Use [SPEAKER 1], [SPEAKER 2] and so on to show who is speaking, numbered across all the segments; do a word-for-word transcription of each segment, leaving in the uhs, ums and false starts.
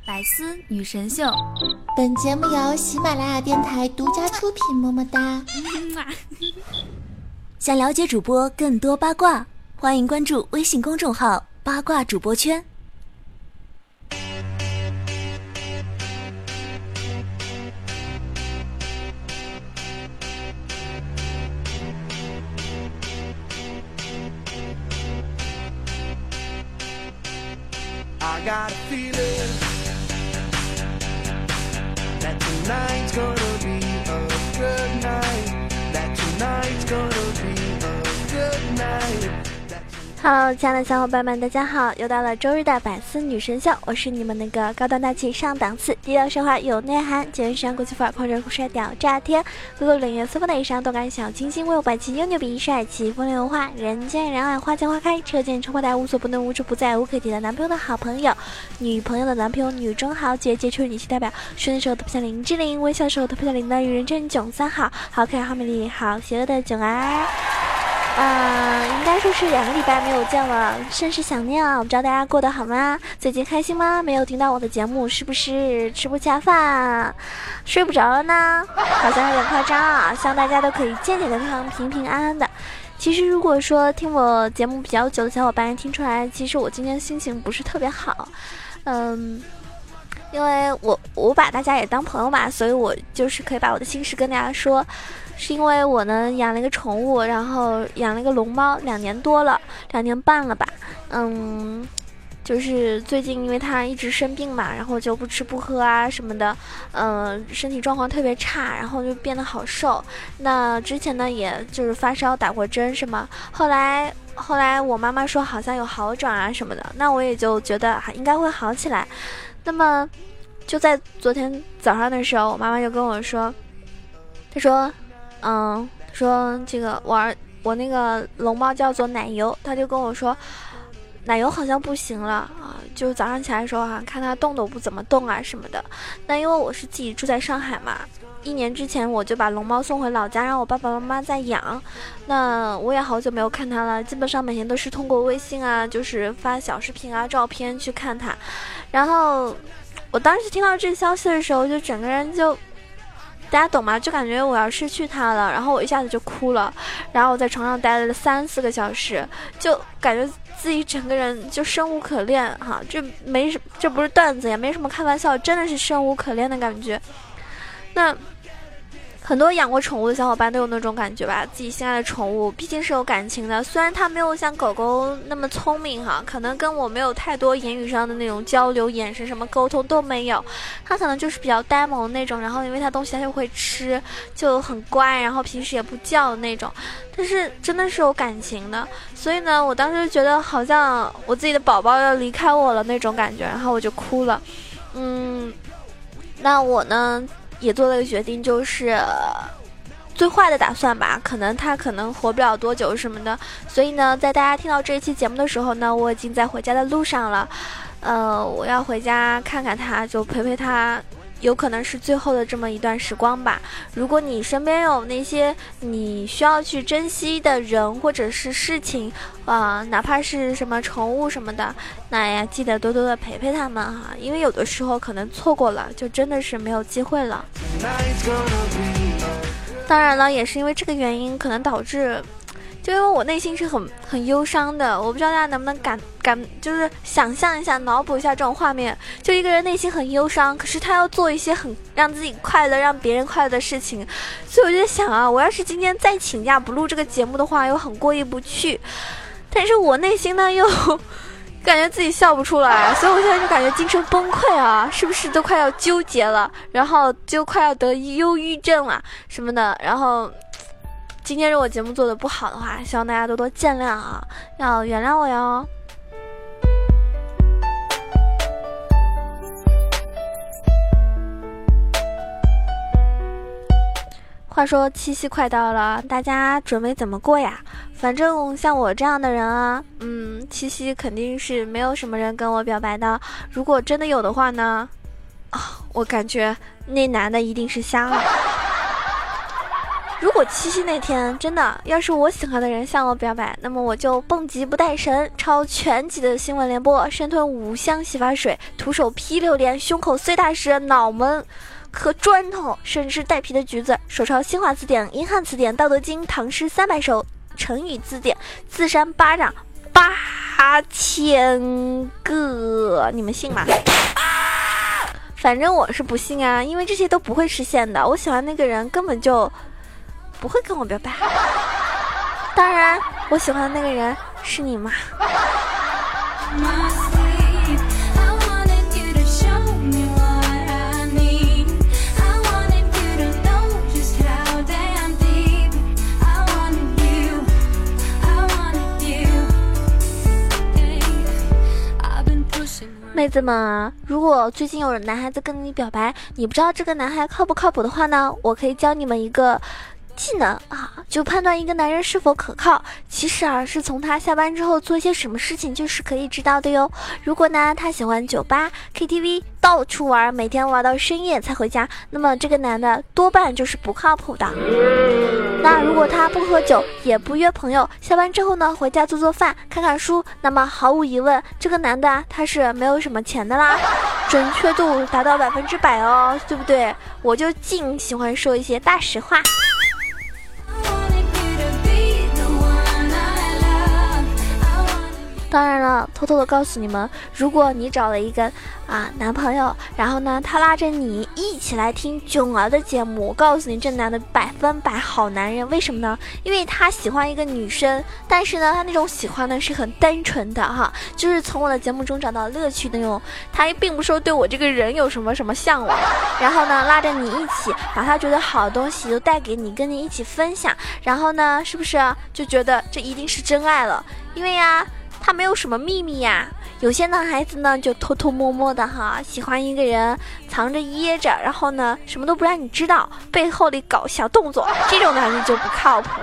[SPEAKER 1] 百思女神秀，
[SPEAKER 2] 本节目由喜马拉雅电台独家出品，么么哒。
[SPEAKER 3] 想了解主播更多八卦，欢迎关注微信公众号八卦主播圈。
[SPEAKER 4] I got a feeling that tonight's gonna be a good night. That tonight's gonna be a good night.
[SPEAKER 5] Hello， 亲爱的小伙伴们，大家好！又到了周日的百思女神秀，我是你们那个高端大气上档次、低调奢华有内涵、节约时尚国际范儿、狂热酷帅屌炸天、各个冷艳丝风的以上动感小清新、威武霸气又牛逼、帅气风流文化、人见人爱、花见花开、车见车花大、无所不能、无处不在、无可替代男朋友的好朋友、女朋友的男朋友、女中豪杰、杰出女性代表、睡的时候特别像林志玲、微笑的时候特别像林的人称囧三好、好可爱、好美丽、好邪恶的囧儿。呃，应该说是两个礼拜没有见了，甚是想念啊！我不知道大家过得好吗？最近开心吗？没有听到我的节目，是不是吃不下饭，睡不着了呢？好像有点夸张啊！希望大家都可以健健康康、平平安安的。其实，如果说听我节目比较久的小伙伴听出来，其实我今天心情不是特别好，嗯。因为我我把大家也当朋友嘛，所以我就是可以把我的心事跟大家说。是因为我呢养了一个宠物，然后养了一个龙猫，两年多了，两年半了吧。嗯，就是最近因为它一直生病嘛，然后就不吃不喝啊什么的，嗯，身体状况特别差，然后就变得好瘦。那之前呢，也就是发烧打过针什么，后来后来我妈妈说好像有好转啊什么的，那我也就觉得应该会好起来。那么就在昨天早上的时候，我妈妈就跟我说，她说嗯说这个我儿我那个龙猫叫做奶油，她就跟我说奶油好像不行了啊，就早上起来的时候好像看它动都不怎么动啊什么的。那因为我是自己住在上海嘛，一年之前我就把龙猫送回老家，让我爸爸妈妈在养。那我也好久没有看它了，基本上每天都是通过微信啊，就是发小视频啊、照片去看它。然后我当时听到这个消息的时候，就整个人就，大家懂吗？就感觉我要失去它了，然后我一下子就哭了，然后我在床上待了三四个小时，就感觉自己整个人就生无可恋哈，这没什，这不是段子，也没什么开玩笑，真的是生无可恋的感觉。那很多养过宠物的小伙伴都有那种感觉吧，自己心爱的宠物毕竟是有感情的，虽然它没有像狗狗那么聪明哈，可能跟我没有太多言语上的那种交流，眼神什么沟通都没有，它可能就是比较呆萌那种，然后因为它东西它就会吃，就很乖，然后平时也不叫的那种，但是真的是有感情的。所以呢，我当时觉得好像我自己的宝宝要离开我了那种感觉，然后我就哭了。嗯，那我呢也做了一个决定，就是最坏的打算吧，可能他可能活不了多久什么的。所以呢，在大家听到这一期节目的时候呢，我已经在回家的路上了。呃，我要回家看看他，就陪陪他，有可能是最后的这么一段时光吧。如果你身边有那些你需要去珍惜的人或者是事情，啊、呃，哪怕是什么宠物什么的，那呀记得多多的陪陪他们哈，因为有的时候可能错过了，就真的是没有机会了。当然了，也是因为这个原因，可能导致。就因为我内心是很很忧伤的，我不知道大家能不能感感，就是想象一下、脑补一下这种画面。就一个人内心很忧伤，可是他要做一些很让自己快乐、让别人快乐的事情，所以我就在想啊，我要是今天再请假不录这个节目的话，又很过意不去。但是我内心呢又感觉自己笑不出来，所以我现在就感觉精神崩溃啊，是不是都快要纠结了，然后就快要得忧郁症了什么的，然后。今天如果节目做的不好的话，希望大家多多见谅啊，要原谅我哟。话说七夕快到了，大家准备怎么过呀？反正像我这样的人啊，嗯，七夕肯定是没有什么人跟我表白的。如果真的有的话呢，啊、哦，我感觉那男的一定是瞎了。 如果七夕那天真的要是我喜欢的人向我表白，那么我就蹦极不带绳，抄全集的新闻联播，生吞五箱洗发水，徒手劈榴莲，胸口碎大石，脑门磕砖头，生吃带皮的橘子，手抄新华字典、英汉词典、道德经、唐诗三百首、成语字典，自扇巴掌八千个，你们信吗？反正我是不信啊，因为这些都不会实现的。我喜欢那个人根本就不会跟我表白。当然，我喜欢的那个人是你嘛。妹子们，如果最近有男孩子跟你表白，你不知道这个男孩靠不靠谱的话呢，我可以教你们一个技能啊，就判断一个男人是否可靠，其实啊是从他下班之后做些什么事情就是可以知道的哟。如果呢他喜欢酒吧 K T V 到处玩，每天玩到深夜才回家，那么这个男的多半就是不靠谱的。那如果他不喝酒也不约朋友，下班之后呢回家做做饭看看书，那么毫无疑问这个男的他是没有什么钱的啦，准确度达到百分之百哦，对不对？我就尽喜欢说一些大实话。当然了，偷偷的告诉你们，如果你找了一个啊男朋友，然后呢他拉着你一起来听囧儿的节目，我告诉你这男的百分百好男人。为什么呢？因为他喜欢一个女生，但是呢他那种喜欢呢是很单纯的哈，就是从我的节目中找到乐趣的那种，他并不说对我这个人有什么什么向往，然后呢拉着你一起把他觉得好的东西都带给你，跟你一起分享，然后呢是不是就觉得这一定是真爱了？因为呀他没有什么秘密呀，有些男孩子呢就偷偷摸摸的哈，喜欢一个人藏着掖着，然后呢什么都不让你知道，背后里搞小动作，这种男人就不靠谱。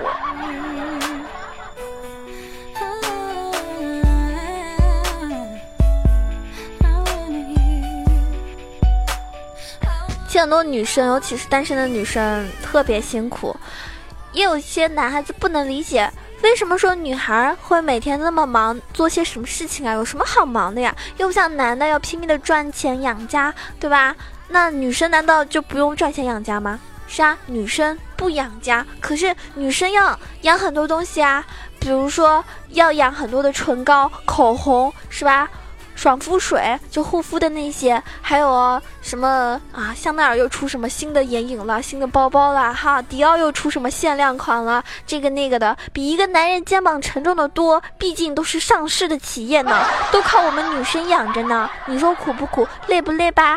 [SPEAKER 5] 其实很多女生，尤其是单身的女生特别辛苦，也有一些男孩子不能理解，为什么说女孩会每天那么忙，做些什么事情啊？有什么好忙的呀？又不像男的要拼命的赚钱养家，对吧？那女生难道就不用赚钱养家吗？是啊，女生不养家，可是女生要养很多东西啊，比如说要养很多的唇膏、口红，是吧？爽肤水就护肤的那些，还有啊什么啊香奈儿又出什么新的眼影了，新的包包了哈，迪奥又出什么限量款了，这个那个的，比一个男人肩膀沉重的多，毕竟都是上市的企业呢，都靠我们女生养着呢，你说苦不苦，累不累吧？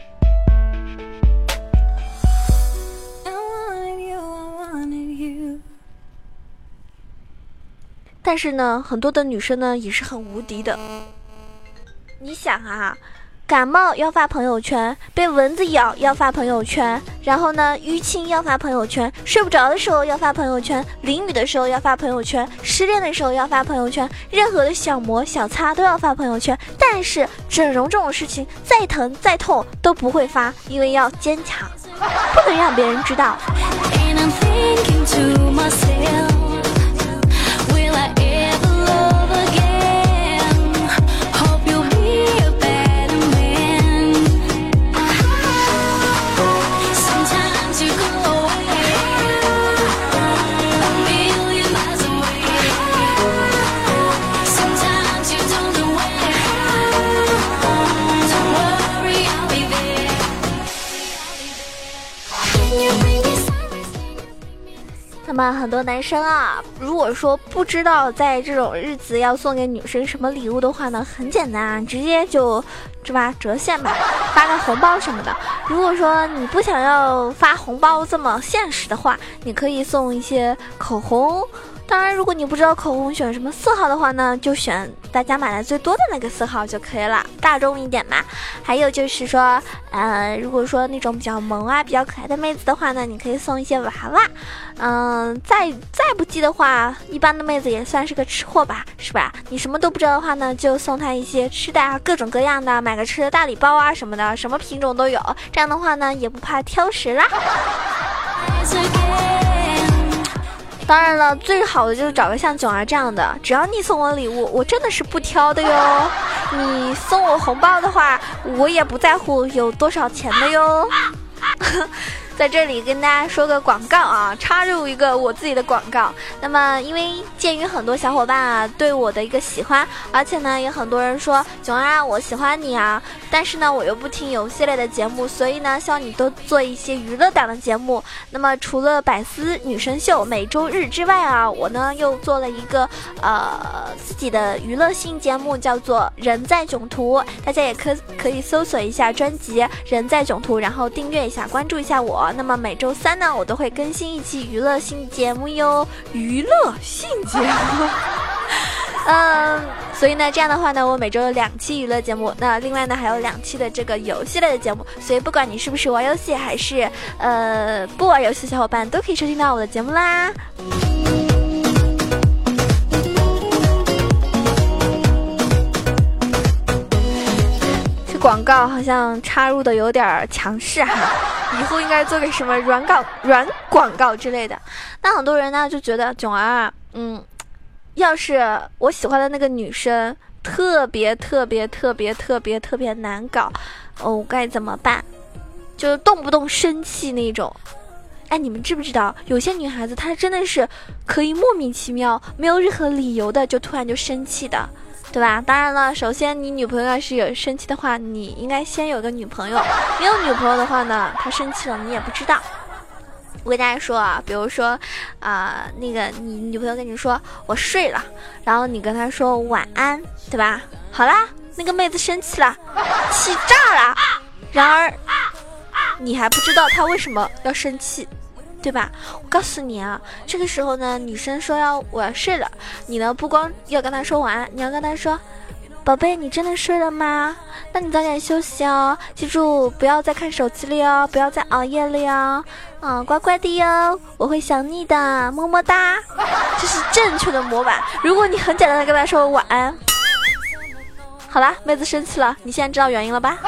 [SPEAKER 5] 但是呢很多的女生呢也是很无敌的。你想啊，感冒要发朋友圈，被蚊子咬要发朋友圈，然后呢淤青要发朋友圈，睡不着的时候要发朋友圈，淋雨的时候要发朋友圈，失恋的时候要发朋友圈，任何的小磨小擦都要发朋友圈。但是整容这种事情再疼再痛都不会发，因为要坚强，不能让别人知道。那么很多男生啊，如果说不知道在这种日子要送给女生什么礼物的话呢，很简单啊，直接就是吧折现吧，发个红包什么的。如果说你不想要发红包这么现实的话，你可以送一些口红。当然如果你不知道口红选什么色号的话呢，就选大家买的最多的那个色号就可以了，大众一点嘛。还有就是说呃，如果说那种比较萌啊比较可爱的妹子的话呢，你可以送一些娃娃。嗯、呃，再再不济的话，一般的妹子也算是个吃货吧，是吧？你什么都不知道的话呢，就送她一些吃的啊，各种各样的，买个吃的大礼包啊什么的，什么品种都有，这样的话呢也不怕挑食啦。 当然了，最好的就是找个像囧儿这样的，只要你送我礼物，我真的是不挑的哟。你送我红包的话，我也不在乎有多少钱的哟。在这里跟大家说个广告啊，插入一个我自己的广告。那么因为鉴于很多小伙伴啊对我的一个喜欢，而且呢也很多人说囧儿啊我喜欢你啊，但是呢我又不听游戏类的节目，所以呢希望你多做一些娱乐档的节目。那么除了百思女神秀每周日之外啊，我呢又做了一个呃自己的娱乐性节目，叫做人在囧途，大家也可可以搜索一下专辑人在囧途，然后订阅一下关注一下我。那么每周三呢我都会更新一期娱乐性节目哟，娱乐性节目嗯，所以呢这样的话呢我每周有两期娱乐节目，那另外呢还有两期的这个游戏类的节目，所以不管你是不是玩游戏还是呃不玩游戏的小伙伴都可以收听到我的节目啦。广告好像插入的有点强势哈，以后应该做个什么软广软广告之类的。那很多人呢就觉得囧儿，嗯，要是我喜欢的那个女生特别特别特别特别特别难搞，哦，该怎么办？就是动不动生气那种。哎，你们知不知道有些女孩子她真的是可以莫名其妙没有任何理由的就突然就生气的，对吧？当然了，首先你女朋友要是有生气的话，你应该先有个女朋友，没有女朋友的话呢，她生气了你也不知道。我跟大家说啊，比如说啊、呃，那个你女朋友跟你说我睡了，然后你跟她说晚安，对吧？好啦，那个妹子生气了，气炸了，然而你还不知道她为什么要生气，对吧？我告诉你啊，这个时候呢，女生说要我要睡了，你呢不光要跟她说晚安，你要跟她说，宝贝，你真的睡了吗？那你早点休息哦，记住不要再看手机了哟，不要再熬夜了哟，嗯，乖乖的哟，我会想你的，么么哒。这是正确的模板。如果你很简单的跟她说晚安，好啦，妹子生气了，你现在知道原因了吧？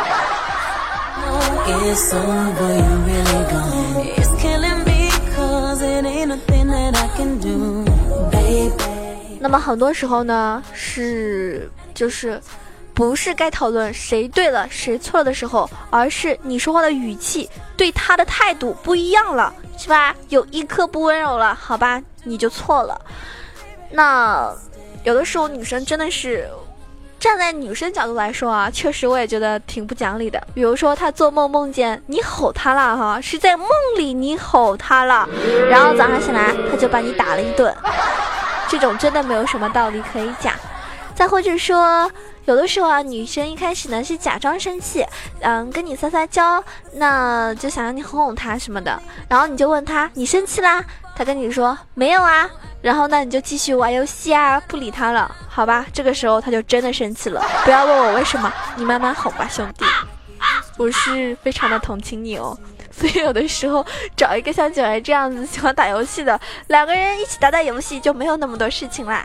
[SPEAKER 5] 那么很多时候呢，是就是不是该讨论谁对了谁错了的时候，而是你说话的语气对他的态度不一样了，是吧？有一刻不温柔了，好吧，你就错了。那有的时候女生真的是站在女生角度来说啊，确实我也觉得挺不讲理的。比如说她做梦梦见你吼她了哈，是在梦里你吼她了，然后早上醒来她就把你打了一顿，这种真的没有什么道理可以讲。再或者说有的时候啊，女生一开始呢是假装生气，嗯，跟你撒撒娇，那就想让你哄哄她什么的，然后你就问她你生气啦，她跟你说没有啊，然后呢你就继续玩游戏啊，不理她了，好吧，这个时候她就真的生气了。不要问我为什么，你慢慢哄吧兄弟，我是非常的同情你哦。所以有的时候找一个像九儿这样子喜欢打游戏的，两个人一起打打游戏就没有那么多事情啦。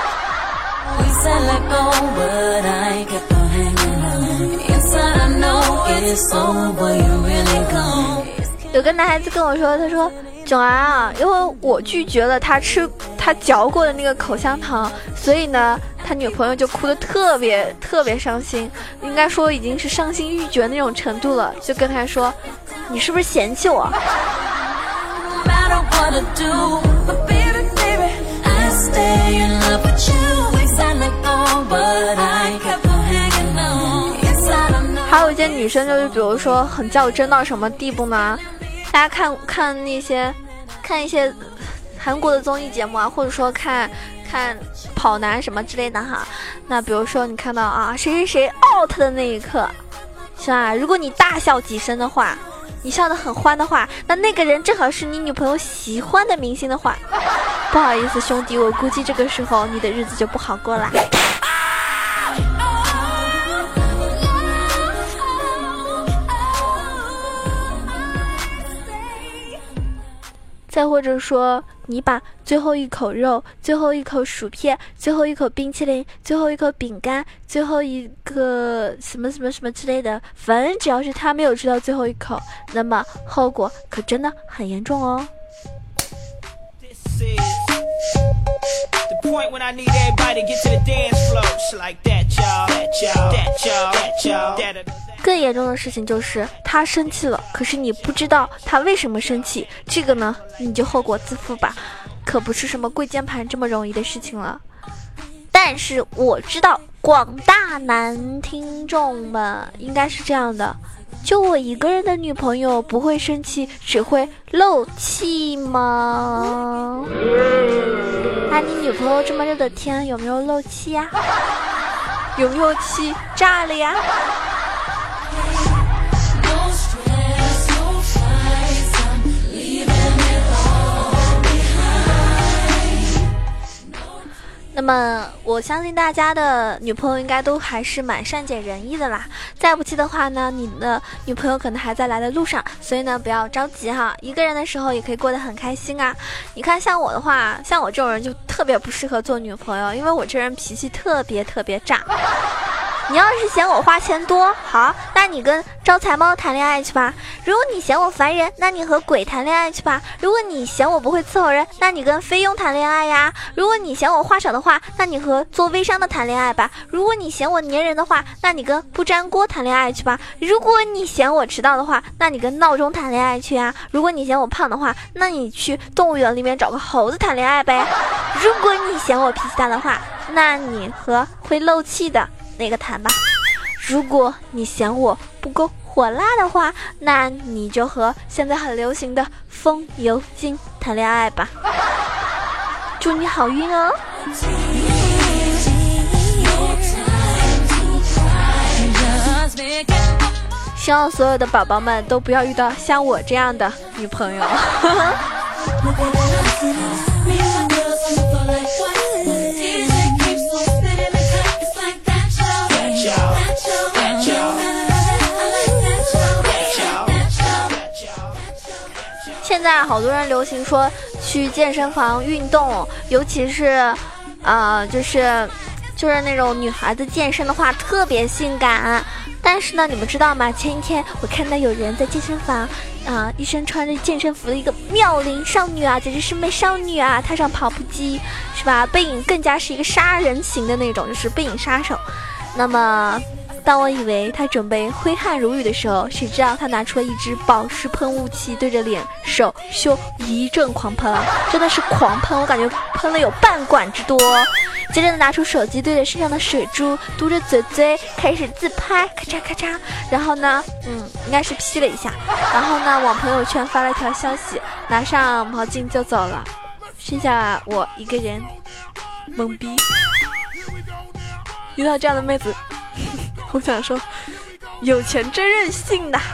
[SPEAKER 5] 有个男孩子跟我说，他说囧儿啊，因为我拒绝了他吃他嚼过的那个口香糖，所以呢他女朋友就哭得特别特别伤心，应该说已经是伤心欲绝那种程度了，就跟他说你是不是嫌弃我？还有一些女生就是比如说很较真到什么地步呢？大家看看那些看一些韩国的综艺节目啊，或者说看看跑男什么之类的哈。那比如说你看到啊谁谁谁 out 的那一刻，是吧？如果你大笑几声的话，你笑得很欢的话，那那个人正好是你女朋友喜欢的明星的话，不好意思兄弟，我估计这个时候你的日子就不好过啦。再或者说你把最后一口肉，最后一口薯片，最后一口冰淇淋，最后一口饼干，最后一个什么什么什么之类的，反正只要是他没有吃到最后一口，那么后果可真的很严重哦。This is
[SPEAKER 1] The point when I need everybody to get to the dance floor. It's like that, y'all. That, y'all. That, y'all. That, y'all. That, y'all.
[SPEAKER 5] 更严重的事情就是他生气了，可是你不知道他为什么生气，这个呢你就后果自负吧，可不是什么跪键盘这么容易的事情了。但是我知道广大男听众们应该是这样的，就我一个人的女朋友不会生气，只会漏气吗？那你女朋友这么热的天有没有漏气呀？有没有气炸了呀？那么我相信大家的女朋友应该都还是蛮善解人意的啦，再不济的话呢，你的女朋友可能还在来的路上，所以呢不要着急哈，一个人的时候也可以过得很开心啊。你看像我的话，像我这种人就特别不适合做女朋友，因为我这人脾气特别特别炸。你要是嫌我花钱多，好，那你跟招财猫谈恋爱去吧。如果你嫌我烦人，那你和鬼谈恋爱去吧。如果你嫌我不会伺候人，那你跟菲佣谈恋爱呀。如果你嫌我话少的话，那你和做微商的谈恋爱吧。如果你嫌我粘人的话，那你跟不粘锅谈恋爱去吧。如果你嫌我迟到的话，那你跟闹钟谈恋爱去啊。如果你嫌我胖的话，那你去动物园里面找个猴子谈恋爱呗。如果你嫌我脾气大的话，那你和会漏气的那个谈吧。如果你嫌我不够火辣的话，那你就和现在很流行的风油精谈恋爱吧。祝你好运哦。希望所有的宝宝们都不要遇到像我这样的女朋友。现在好多人流行说去健身房运动，尤其是呃就是就是那种女孩子健身的话特别性感。但是呢，你们知道吗？前一天我看到有人在健身房啊、呃，一身穿着健身服的一个妙龄少女啊，简直是美少女啊，踏上跑步机，是吧？背影更加是一个杀人型的那种，就是背影杀手。那么当我以为他准备挥汗如雨的时候，谁知道他拿出了一支保湿喷雾器，对着脸、手、胸一阵狂喷，真的是狂喷，我感觉喷了有半管之多。接着拿出手机对着身上的水珠，嘟着嘴嘴开始自拍，咔嚓咔嚓。然后呢，嗯，应该是 P 了一下。然后呢，往朋友圈发了一条消息，拿上毛巾就走了，剩下我一个人懵逼。遇到这样的妹子，我想说，有钱真任性呐！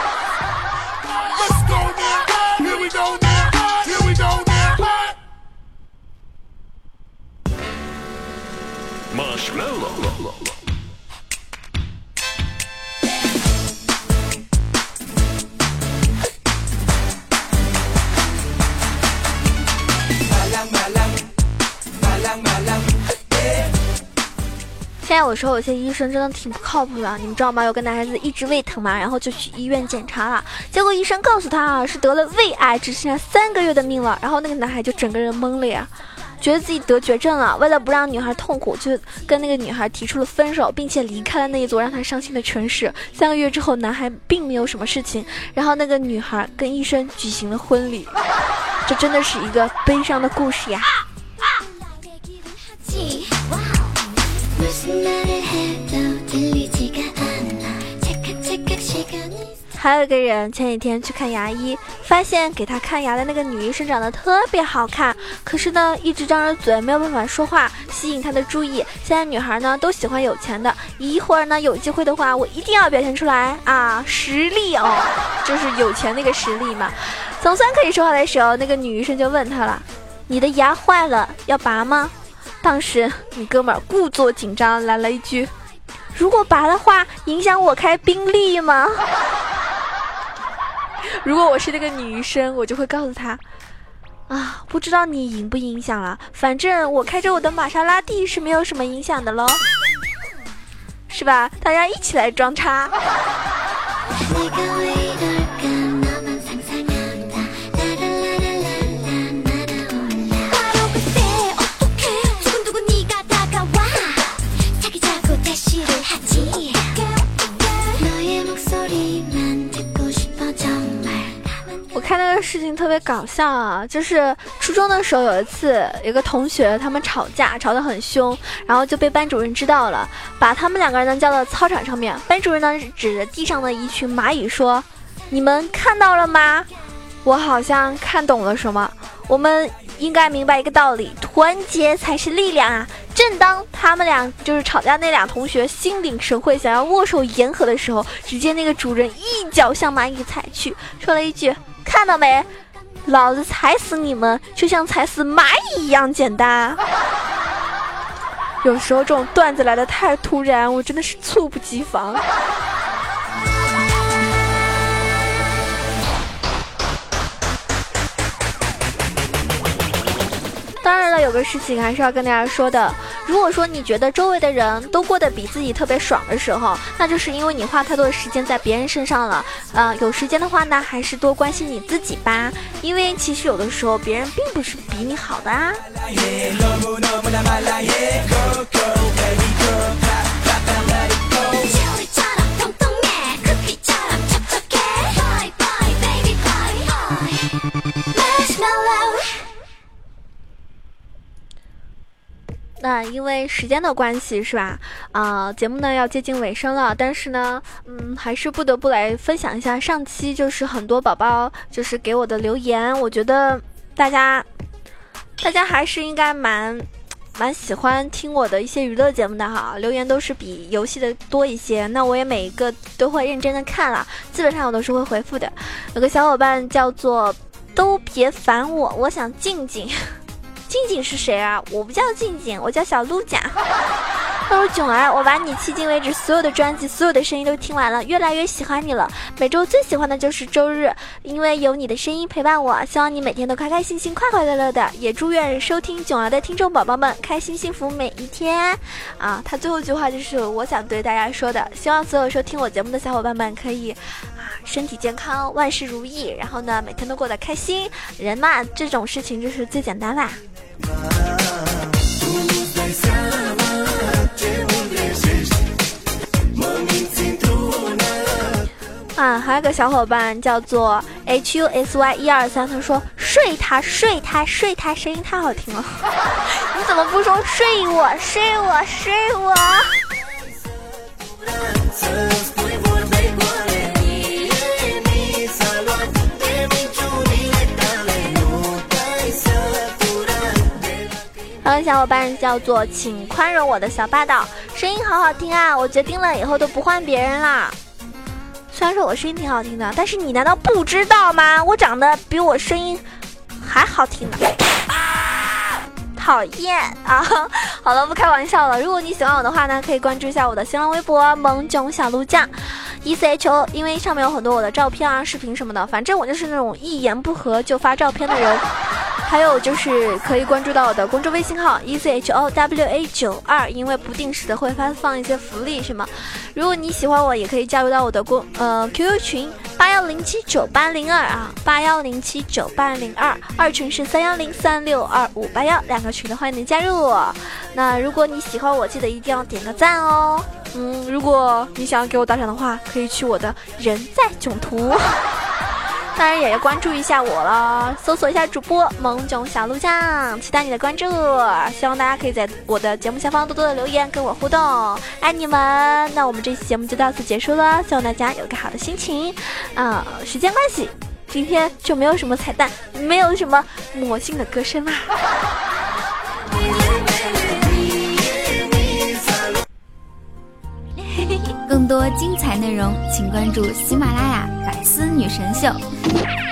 [SPEAKER 5] 现在有时候有些医生真的挺不靠谱的，你们知道吗？有个男孩子一直胃疼嘛，然后就去医院检查了，结果医生告诉他啊是得了胃癌，只剩下三个月的命了。然后那个男孩就整个人懵了呀，觉得自己得绝症了。为了不让女孩痛苦，就跟那个女孩提出了分手，并且离开了那一座让他伤心的城市。三个月之后，男孩并没有什么事情，然后那个女孩跟医生举行了婚礼。这真的是一个悲伤的故事呀。还有一个人前几天去看牙医，发现给他看牙的那个女医生长得特别好看，可是呢一直张着嘴没有办法说话，吸引他的注意。现在女孩呢都喜欢有钱的，一会儿呢有机会的话我一定要表现出来啊，实力哦，就是有钱那个实力嘛。总算可以说话的时候，那个女医生就问他了，你的牙坏了要拔吗？当时你哥们儿故作紧张来了一句，如果拔的话影响我开宾利吗？如果我是那个女医生，我就会告诉他啊，不知道你影不影响了，反正我开着我的玛莎拉蒂是没有什么影响的咯，是吧？大家一起来装叉。 个事情特别搞笑啊，就是初中的时候有一次，有个同学他们吵架，吵得很凶，然后就被班主任知道了，把他们两个人呢叫到操场上面。班主任呢指着地上的一群蚂蚁说：“你们看到了吗？我好像看懂了什么。我们应该明白一个道理，团结才是力量啊！”正当他们俩就是吵架那俩同学心领神会，想要握手言和的时候，只见那个主人一脚向蚂蚁踩去，说了一句：“看到没？老子踩死你们，就像踩死蚂蚁一样简单。”有时候这种段子来的太突然，我真的是猝不及防。当然了，有个事情还是要跟大家说的，如果说你觉得周围的人都过得比自己特别爽的时候，那就是因为你花太多的时间在别人身上了。呃，有时间的话呢，还是多关心你自己吧，因为其实有的时候别人并不是比你好的啊。那因为时间的关系是吧，啊、呃，节目呢要接近尾声了，但是呢，嗯，还是不得不来分享一下上期就是很多宝宝就是给我的留言，我觉得大家大家还是应该蛮蛮喜欢听我的一些娱乐节目的哈，留言都是比游戏的多一些，那我也每一个都会认真的看了，基本上我都是会回复的。有个小伙伴叫做都别烦我，我想静静。静静是谁啊？我不叫静静，我叫小鹿甲。他说：“囧儿，我把你迄今为止所有的专辑、所有的声音都听完了，越来越喜欢你了。每周最喜欢的就是周日，因为有你的声音陪伴我。希望你每天都开开心心、快快乐乐的。也祝愿收听囧儿的听众宝宝们开心幸福每一天。”啊，他最后一句话就是我想对大家说的，希望所有收听我节目的小伙伴们可以啊身体健康、万事如意，然后呢每天都过得开心。人嘛，这种事情就是最简单啦。啊，还有个小伙伴叫做 H U S Y 一二三，他说睡他睡他睡他，声音太好听了。你怎么不说睡我睡我睡我？还有小伙伴叫做请宽容我的小霸道，声音好好听啊，我决定了以后都不换别人啦。虽然说我声音挺好听的，但是你难道不知道吗？我长得比我声音还好听呢。啊，讨厌啊！好了，不开玩笑了。如果你喜欢我的话呢，可以关注一下我的新浪微博萌囧小鹿酱 E C H O， 因为上面有很多我的照片啊、视频什么的。反正我就是那种一言不合就发照片的人。还有就是可以关注到我的公众微信号 E C H O W A 九二，因为不定时的会发放一些福利什么。如果你喜欢我，也可以加入到我的公呃 Q Q 群八幺零七九八零二啊，八幺零七九八零二，二群是三幺零三六二五八幺，两个群的欢迎你加入我。那如果你喜欢我，记得一定要点个赞哦。嗯，如果你想要给我打赏的话，可以去我的人在囧途。当然也要关注一下我了，搜索一下主播萌囧小鹿酱，期待你的关注，希望大家可以在我的节目下方多多的留言跟我互动，爱你们。那我们这期节目就到此结束了，希望大家有个好的心情啊、呃！时间关系，今天就没有什么彩蛋，没有什么魔性的歌声啦。
[SPEAKER 6] 更多精彩内容，请关注喜马拉雅百思女神秀。